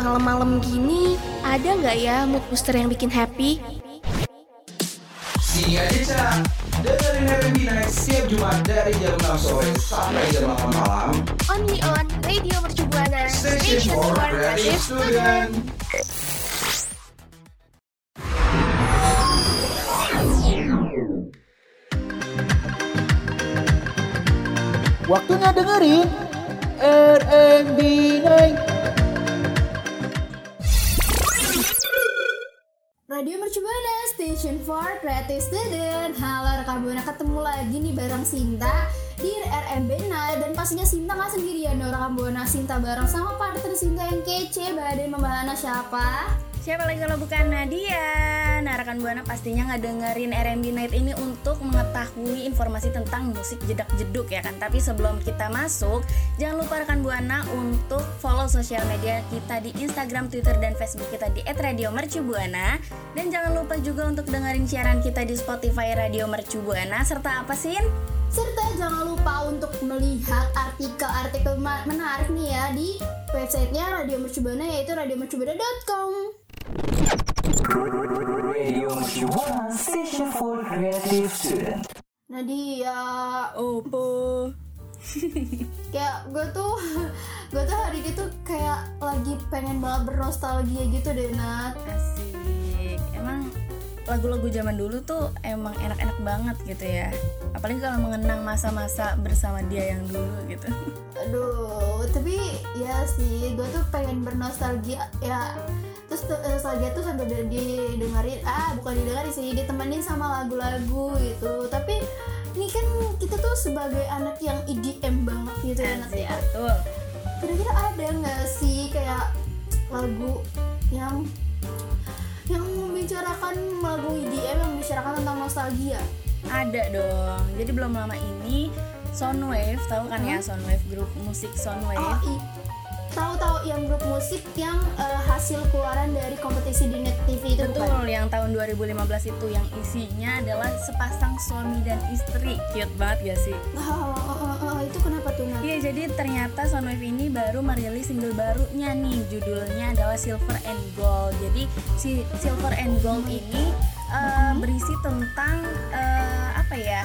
malam-malam gini, ada nggak ya mood booster yang bikin happy? Sini aja Cak, dengerin R&B Night setiap Jumat dari jam 6 sore sampai jam 8 malam. Only on Radio Mercu Buana, Station for Creative Student. Waktunya dengerin R&B Night. Radio Mercu Buana, Station for Creative Student. Halo rekan Buana, ketemu lagi nih bareng Sinta di R&B Night. Dan pastinya Sinta gak sendirian dong rekan Buana. Sinta bareng sama partner Sinta yang kece. Badai membahana siapa? Siapa lagi kalau bukan Nadia? Nah rekan Buana pastinya ngedengerin R&B Night ini untuk mengetahui informasi tentang musik jedak-jeduk ya kan. Tapi sebelum kita masuk, jangan lupa rekan Buana untuk follow sosial media kita di Instagram, Twitter, dan Facebook kita di @radiomercubuana. Dan jangan lupa juga untuk dengerin siaran kita di Spotify Radio Mercu Buana. Serta apa Sin? Serta jangan lupa untuk melihat artikel-artikel menarik nih ya di websitenya Radio Mercu Buana, yaitu radiomercubuana.com. Radio Mercu Buana, Station for Creative Student. Nadia, Opo. kayak gue tuh hari itu kayak lagi pengen banget bernostalgia gitu deh Nat. Asik. Emang lagu-lagu zaman dulu tuh emang enak-enak banget gitu ya. Apalagi kalau mengenang masa-masa bersama dia yang dulu gitu. Aduh, tapi ya sih gue tuh pengen bernostalgia ya. Terus nostalgia tuh sambil didengerin, bukan didengerin sih, ditemenin sama lagu-lagu gitu. Tapi ini kan kita tuh sebagai anak yang EDM banget gitu ya Nat ya. Betul. Kira-kira ada nggak sih kayak lagu yang membicarakan lagu EDM yang membicarakan tentang nostalgia? Ada dong. Jadi belum lama ini Soundwave, tahu kan ya Soundwave, grup musik Soundwave. Tahu yang grup musik yang hasil keluaran dari kompetisi di Net TV itu. Betul, bukan? yang tahun 2015 itu yang isinya adalah sepasang suami dan istri. Cute banget gak sih? Itu kenapa tuh Nat? Iya, jadi ternyata Soundwave ini baru merilis single barunya nih. Judulnya adalah Silver and Gold. Jadi si Silver and Gold ini berisi tentang apa ya?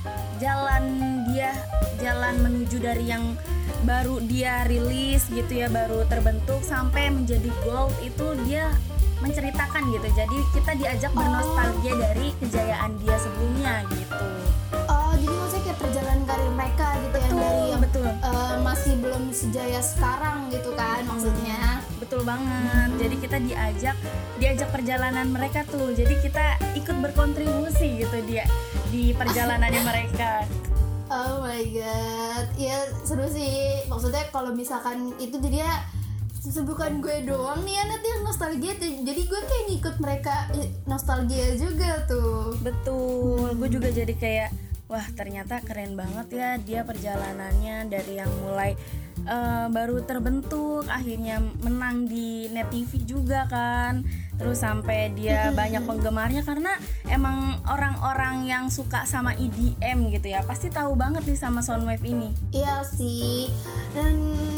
Jalan menuju dari yang baru dia rilis gitu ya, baru terbentuk sampai menjadi gold, itu dia menceritakan gitu. Jadi kita diajak bernostalgia dari kejayaan dia sebelumnya gitu. Jadi maksudnya kayak perjalanan karir mereka gitu ya, dari yang masih belum sejaya sekarang gitu kan maksudnya. Betul banget. Jadi kita diajak perjalanan mereka tuh. Jadi kita ikut berkontribusi gitu dia di perjalanannya mereka. Oh my god, ya seru sih. Maksudnya kalau misalkan itu jadi ya bukan gue doang nih ya nanti yang nostalgia tuh. Jadi gue kayak ngikut mereka nostalgia juga tuh. Betul, gue juga jadi kayak wah ternyata keren banget ya dia perjalanannya dari yang mulai baru terbentuk akhirnya menang di Net TV juga kan, terus sampai dia banyak penggemarnya karena emang orang-orang yang suka sama EDM gitu ya pasti tahu banget nih sama Soundwave ini. Iya sih, dan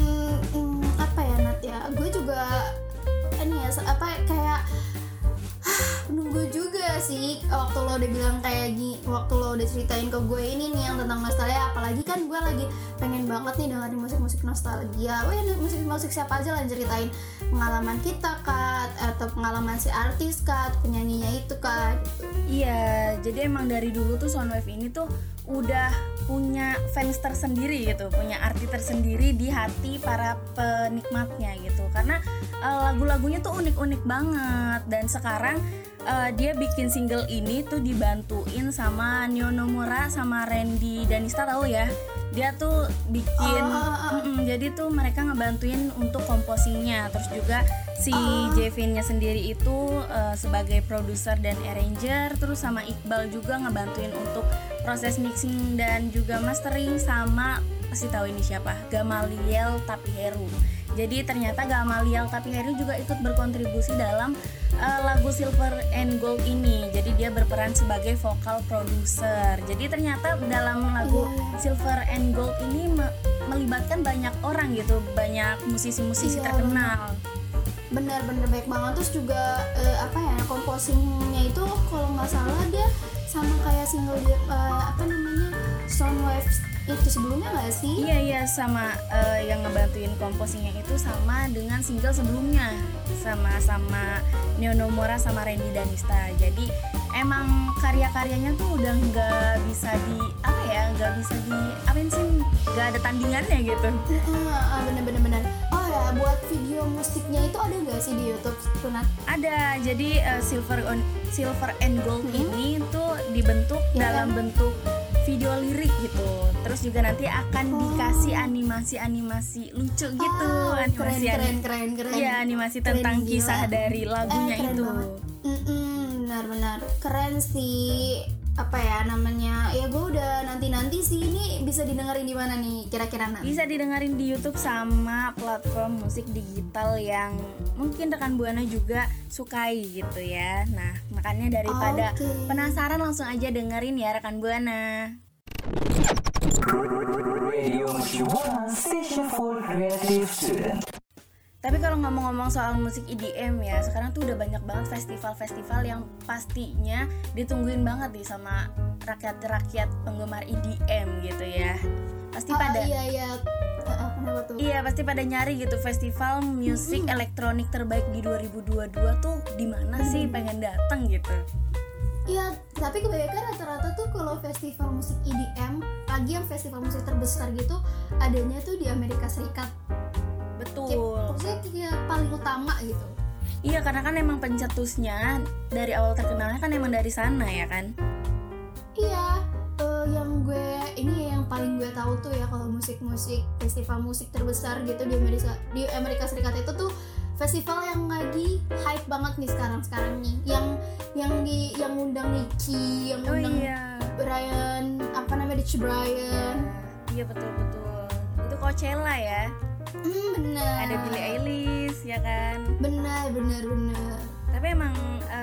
apa ya Nat ya, gue juga ini ya kayak nunggu juga sih waktu lo udah bilang kayak gini, waktu lo udah ceritain ke gue ini nih yang tentang nostalgia. Apalagi kan gue lagi pengen banget nih dengerin musik-musik nostalgia. Musik-musik siapa aja lah yang ceritain pengalaman kita Kat, atau pengalaman si artis Kat, penyanyinya itu Kat gitu. Iya, jadi emang dari dulu tuh Soundwave ini tuh udah punya fans tersendiri gitu, punya arti tersendiri di hati para penikmatnya gitu. Karena lagu-lagunya tuh unik-unik banget. Dan sekarang dia bikin single ini tuh dibantuin sama Nio Nomura sama Randy Danista, tahu ya? Dia tuh bikin jadi tuh mereka ngebantuin untuk komposisinya. Terus juga si Jevin-nya sendiri itu sebagai produser dan arranger. Terus sama Iqbal juga ngebantuin untuk proses mixing dan juga mastering, sama pasti tahu ini siapa, Gamaliel Tapiheru. Jadi ternyata Gamaliel Tapiheru juga ikut berkontribusi dalam lagu Silver and Gold ini. Jadi dia berperan sebagai vokal produser. Jadi ternyata dalam lagu Silver and Gold ini melibatkan banyak orang gitu, banyak musisi-musisi terkenal. benar-benar baik banget. Terus juga composingnya itu kalau nggak salah dia sama kayak single Soundwave itu sebelumnya nggak sih? Iya sama yang ngebantuin composingnya itu sama dengan single sebelumnya, sama Neo Nomura sama Randy Danista. Jadi emang karya-karyanya tuh udah nggak bisa nggak ada tandingannya gitu. Bener. Oh ya, buat video musiknya itu ada nggak sih di YouTube, Tunat? Ada. Jadi Silver and Gold ini tuh dibentuk dalam bentuk video lirik gitu. Terus juga nanti akan dikasih animasi lucu gitu. Keren. Iya, animasi tentang Gila. kisah dari lagunya Keren itu. banget. Benar. Keren sih. Ya gue udah nanti sih. Ini bisa didengerin di mana nih kira-kira nanti? Bisa didengerin di YouTube sama platform musik digital yang mungkin rekan Buana juga sukai gitu ya. Nah, makanya daripada penasaran langsung aja dengerin ya rekan Buana. Radio Mercu Buana, station for creative student. Tapi kalau ngomong-ngomong soal musik EDM ya, sekarang tuh udah banyak banget festival-festival yang pastinya ditungguin banget nih sama rakyat-rakyat penggemar EDM gitu ya. Pasti pada Kenapa tuh? Iya, pasti pada nyari gitu festival musik elektronik terbaik di 2022 tuh di mana sih, pengen datang gitu. Iya, tapi kebanyakan rata-rata tuh kalau festival musik EDM, lagi yang festival musik terbesar gitu, adanya tuh di Amerika Serikat. Betul. Maksudnya kayak paling utama gitu. Iya, karena kan emang pencetusnya dari awal terkenalnya kan emang dari sana ya kan. Iya, yang paling gue tahu tuh ya kalau musik festival musik terbesar gitu di Amerika Serikat itu tuh festival yang lagi hype banget nih sekarang nih. Yang undang Nicki, yang undang Brian, Rich Brian. Iya betul. Itu Coachella ya. Benar. Ada Billie Eilish ya kan. Benar. Tapi emang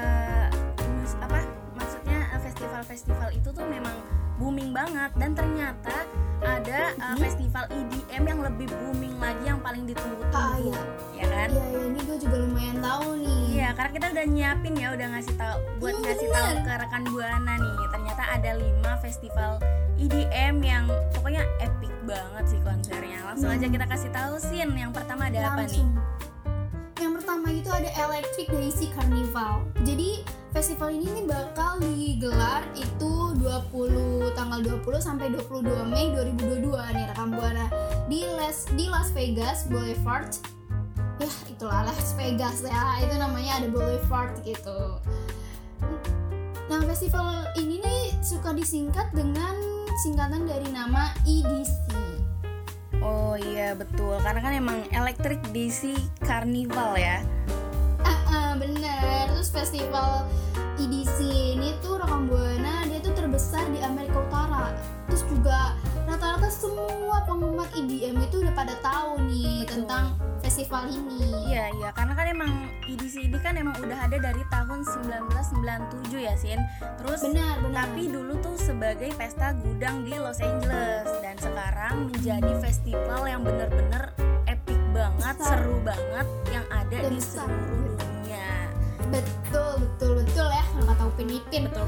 maksudnya festival-festival itu tuh memang booming banget, dan ternyata ada festival EDM yang lebih booming lagi yang paling ditunggu-tunggu. Ya kan? Iya, ini gue juga lumayan tahu nih. Iya, karena kita udah nyiapin ya, udah ngasih tahu ke rekan Buana nih. Ternyata ada 5 festival EDM yang pokoknya epic banget sih konsernya. Langsung aja kita kasih tahu Sin. Yang pertama ada apa nih? Yang pertama itu ada Electric Daisy Carnival. Jadi festival ini nih bakal digelar itu tanggal 20 sampai 22 Mei 2022 nih rekam Buana di Las Vegas Boulevard. Ya, itulah Las Vegas ya. Itu namanya ada Boulevard gitu. Nah, festival ini nih suka disingkat dengan singkatan dari nama EDC. Oh iya betul, karena kan emang Electric Daisy Carnival ya. Bener. Terus festival EDC ini tuh rekam Buana dia tuh terbesar di Amerika Utara. Terus juga rata-rata semua penggemar EDM itu udah pada tahu nih tentang festival ini. Iya, karena kan emang EDC ini kan emang udah ada dari tahun 1997 ya Sin. Terus Benar. tapi dulu tuh sebagai pesta gudang di Los Angeles, dan sekarang menjadi festival yang bener-bener epic banget, seru banget, yang ada di seluruh dunia. Betul ya, nggak tahu Upin. Betul.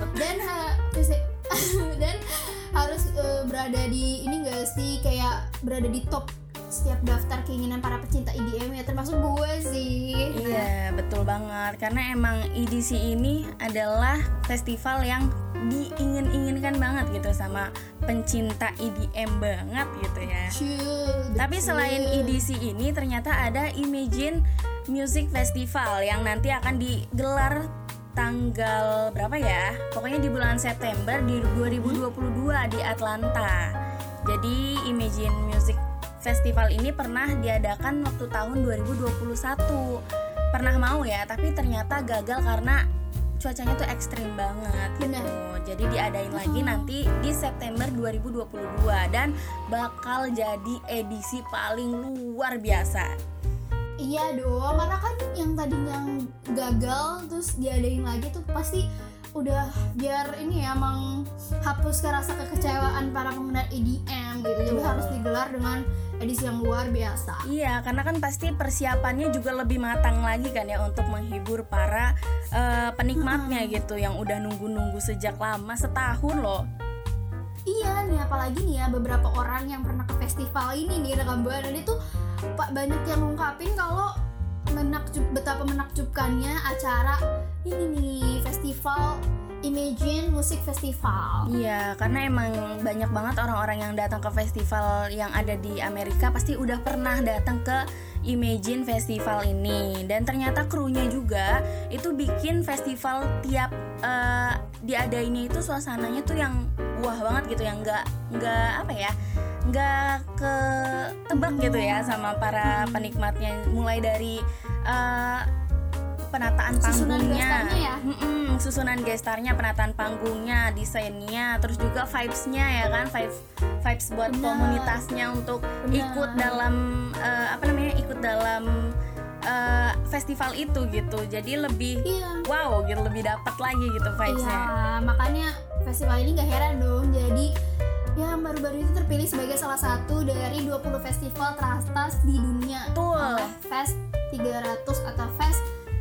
Dan harus berada di ini nggak sih, kayak berada di top setiap daftar keinginan para pecinta EDM ya, termasuk gue sih. Iya betul banget, karena emang EDC ini adalah festival yang diingin-inginkan banget gitu sama pencinta EDM banget gitu ya. Tapi selain EDC ini ternyata ada Imagine Music Festival yang nanti akan digelar tanggal berapa ya? Pokoknya di bulan September di 2022 di Atlanta. Jadi Imagine Music Festival ini pernah diadakan waktu tahun 2021. Pernah mau ya, tapi ternyata gagal karena cuacanya tuh ekstrim banget gitu. Jadi diadain lagi nanti di September 2022 dan bakal jadi edisi paling luar biasa. Iya dong, karena kan yang tadinya gagal terus diadain lagi tuh pasti udah biar ini ya menghapuskan rasa kekecewaan para peminat EDM gitu. Jadi harus digelar dengan edisi yang luar biasa. Iya, karena kan pasti persiapannya juga lebih matang lagi kan ya untuk menghibur para penikmatnya gitu yang udah nunggu-nunggu sejak lama, setahun loh. Iya nih, apalagi nih ya beberapa orang yang pernah ke festival ini nih Rekam Buana ini tuh banyak yang ngungkapin kalau betapa menakjubkannya acara ini nih, festival Imagine Music Festival. Iya, karena emang banyak banget orang-orang yang datang ke festival yang ada di Amerika pasti udah pernah datang ke Imagine Festival ini. Dan ternyata krunya juga itu bikin festival tiap diadainnya itu suasananya tuh yang wah banget gitu, yang nggak apa ya, nggak ketebak gitu ya sama para penikmatnya. Mulai dari penataan panggungnya, susunan gestarnya, penataan panggungnya, desainnya, terus juga vibes-nya ya kan, vibes buat komunitasnya untuk ikut dalam ikut dalam festival itu gitu. Jadi lebih wow gitu, lebih dapat lagi gitu vibes-nya. Iya, makanya festival ini gak heran dong. Jadi yang baru-baru itu terpilih sebagai salah satu dari 20 festival teratas di dunia. Betul. Oleh Fest 300 atau Fest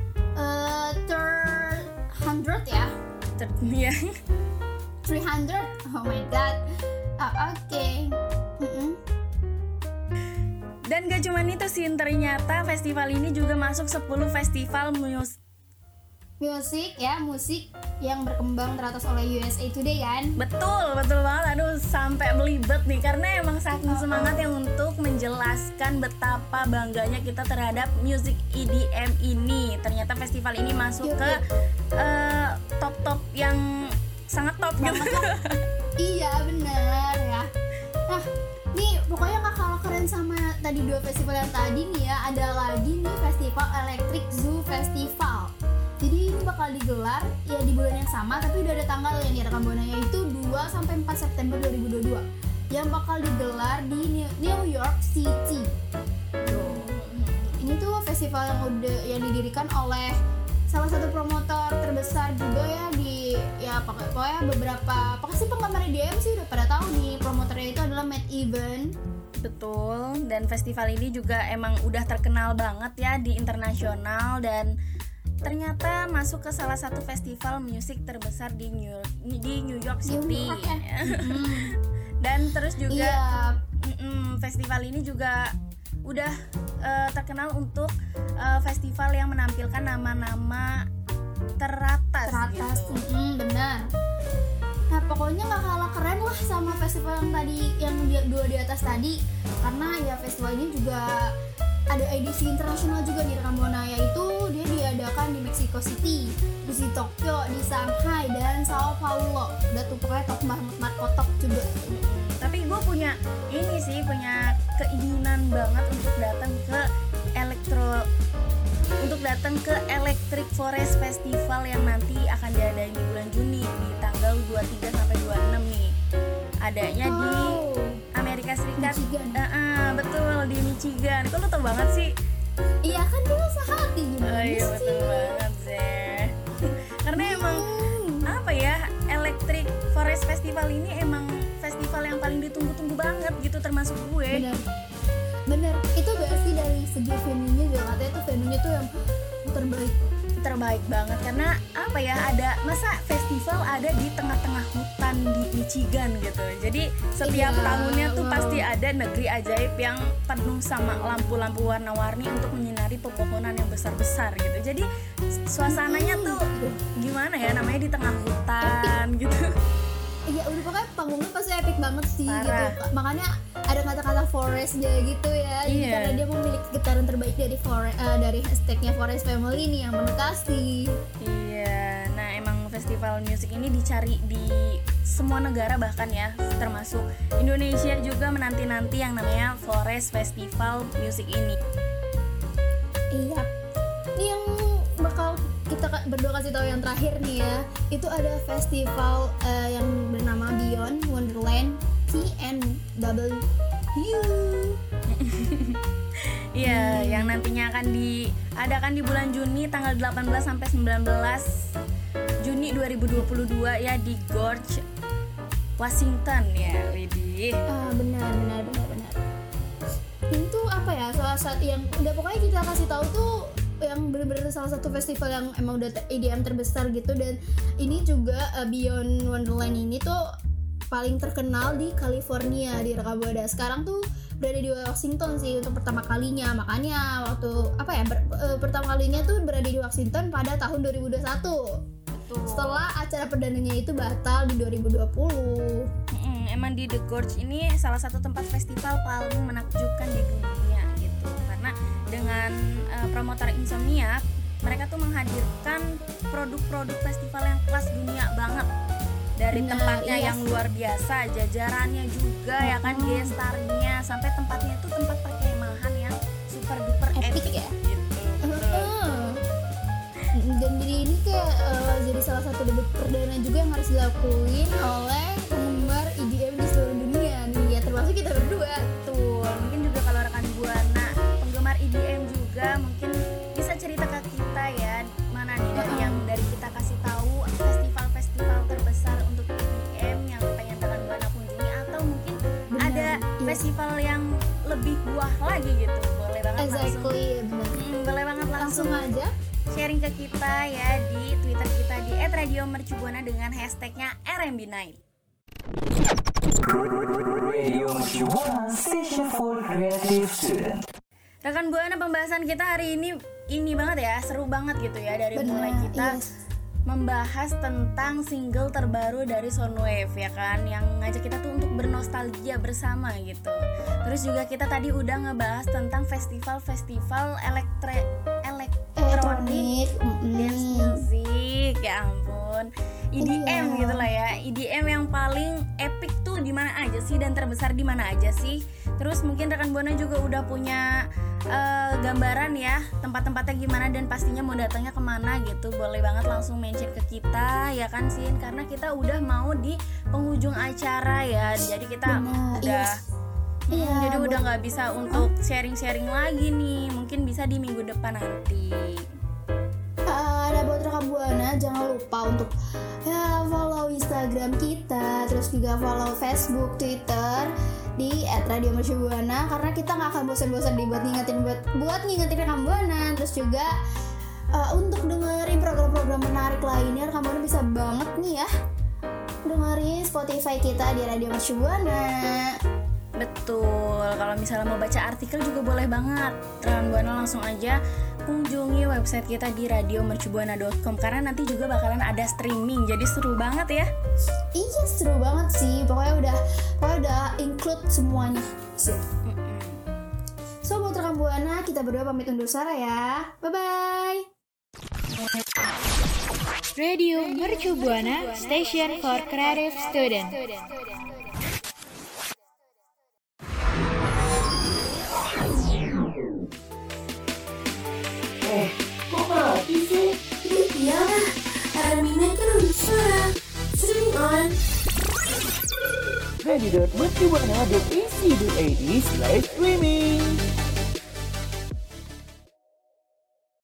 300 ya. Iya. 300. Oh my god. Oke. Dan gak cuman itu sih, ternyata festival ini juga masuk 10 festival musik yang berkembang teratas oleh USA Today kan. Betul banget. Aduh, sampai melibet nih karena emang saking semangatnya untuk menjelaskan betapa bangganya kita terhadap musik EDM ini. Ternyata festival ini masuk ke top yang sangat top gitu. Iya benar ya. Nah, nih pokoknya gak kalah keren sama tadi 2 festival yang tadi nih ya. Ada lagi nih festival Electric Zoo Festival. Jadi ini bakal digelar ya di bulan yang sama, tapi udah ada tanggal yang direkam Bonanya, yaitu 2-4 September 2022 yang bakal digelar di New York City. Ini tuh festival yang didirikan oleh salah satu promotor terbesar juga ya pokoknya beberapa pasti penggemar EDM sih udah pada tahu nih, promotornya itu adalah Matt Even. Betul, dan festival ini juga emang udah terkenal banget ya di internasional, dan ternyata masuk ke salah satu festival musik terbesar di New York City. Dan terus juga festival ini juga udah terkenal untuk festival yang menampilkan nama-nama teratas gitu. Benar. Nah pokoknya gak kalah keren lah sama festival yang tadi, yang dua di atas tadi, karena ya festival ini juga ada edisi internasional juga di Rekam Buana, yaitu dia diadakan di Mexico City, di Tokyo, di Shanghai, dan Sao Paulo. Udah tuh pokoknya top banget, kotok juga. Tapi gue punya keinginan banget untuk datang ke Electric Forest Festival yang nanti akan diadain di bulan Juni di tanggal 23 sampai 26 nih. Adanya di Amerika Serikat. Betul, di Michigan. Kok lu tau banget sih? Iya kan, dia sehati gimana iya, sih? betul banget sih. Karena emang apa ya, Electric Forest Festival ini emang festival yang paling ditunggu-tunggu banget gitu, termasuk gue. Bener. Itu berarti dari segi venue-nya juga katanya tuh venue-nya tuh yang terbaik banget, karena apa ya, ada masa festival ada di tengah-tengah hutan di Michigan gitu. Jadi setiap tahunnya tuh pasti ada negeri ajaib yang penuh sama lampu-lampu warna-warni untuk menyinari pepohonan yang besar-besar gitu. Jadi suasananya tuh gimana ya, namanya di tengah hutan gitu. Iya, udah pokoknya panggungnya pasti epic banget sih. Parah. Gitu. Makanya ada kata-kata forestnya gitu ya. Jadi karena dia memiliki getaran terbaik dari hashtagnya Forest Family nih yang penuh kasih. Iya, nah emang festival musik ini dicari di semua negara bahkan ya, termasuk Indonesia juga menanti-nanti yang namanya Forest Festival Music ini. Iya, ini yang bakal kita berdua kasih tahu yang terakhir nih ya. Itu ada festival yang bernama Beyond Wonderland TNW. Iya, yang nantinya akan diadakan di bulan Juni tanggal 18 sampai 19 Juni 2022 ya di Gorge, Washington ya, Widih. Benar. yang udah pokoknya kita kasih tahu tuh yang benar-benar salah satu festival yang emang udah EDM terbesar gitu. Dan ini juga Beyond Wonderland ini tuh paling terkenal di California, di Raka Buana. Sekarang tuh berada di Washington sih untuk pertama kalinya. Makanya waktu pertama kalinya tuh berada di Washington pada tahun 2021. Setelah acara perdananya itu batal di 2020. Emang di The Gorge ini salah satu tempat festival paling menakjubkan di dunia gitu. Karena dengan promotor Insomniac, mereka tuh menghadirkan produk-produk festival yang kelas dunia banget. Dari tempatnya yang luar biasa, jajarannya juga ya kan, gestarnya, sampai tempatnya tuh tempat perkemahan yang super duper epic ya gitu. Dan jadi ini kayak jadi salah satu debut perdana juga yang harus dilakuin oleh penggemar EDM di seluruh dunia nih ya, termasuk kita berdua. Betul, mungkin juga kalau rekan Buana penggemar EDM juga mungkin bisa cerita ke kita ya, mana nih dari kita kasih tahu festival-festival terbesar untuk EDM yang pengen rekan Buana kunjungi, atau mungkin ada festival yang lebih buah lagi gitu. Boleh banget boleh banget langsung aja sharing ke kita ya di Twitter kita di @radiomercubuana dengan hashtagnya RMB Night. Radio Mercubuana, Station for Creative Student. Rekan Buana, pembahasan kita hari ini banget ya, seru banget gitu ya. Dari mulai kita membahas tentang single terbaru dari Soundwave ya kan, yang ngajak kita tuh untuk bernostalgia bersama gitu. Terus juga kita tadi udah ngebahas tentang festival-festival elektronik dance music, ya ampun, EDM gitu lah ya. EDM yang paling epic tuh di mana aja sih dan terbesar di mana aja sih. Terus mungkin rekan Buana juga udah punya gambaran ya tempat-tempatnya gimana dan pastinya mau datangnya kemana gitu. Boleh banget langsung mention ke kita ya kan Sin, karena kita udah mau di penghujung acara ya. Jadi kita jadi udah nggak bisa untuk sharing-sharing lagi nih. Mungkin bisa di minggu depan nanti. Ada buat rekan Buana, jangan lupa untuk follow Instagram kita, terus juga follow Facebook, Twitter di @radiomercubuana, karena kita nggak akan bosan-bosan buat ngingetin rekan Buana. Terus juga untuk dengerin program-program menarik lainnya, rekan Buana bisa banget nih ya dengerin Spotify kita di Radio Mercubuana. Betul, kalau misalnya mau baca artikel juga boleh banget. Rekan Buana langsung aja kunjungi website kita di radiomercubuana.com, karena nanti juga bakalan ada streaming. Jadi seru banget ya. Iya, seru banget sih. Pokoknya udah include semuanya. So buat rekan Buana, kita berdua pamit undur suara ya. Bye bye. Radio Mercubuana, Station for Creative Student. Kok mati sih? Iya, Armina kan udah suara. Stream on. Radio.mercubuana.ac.id/streaming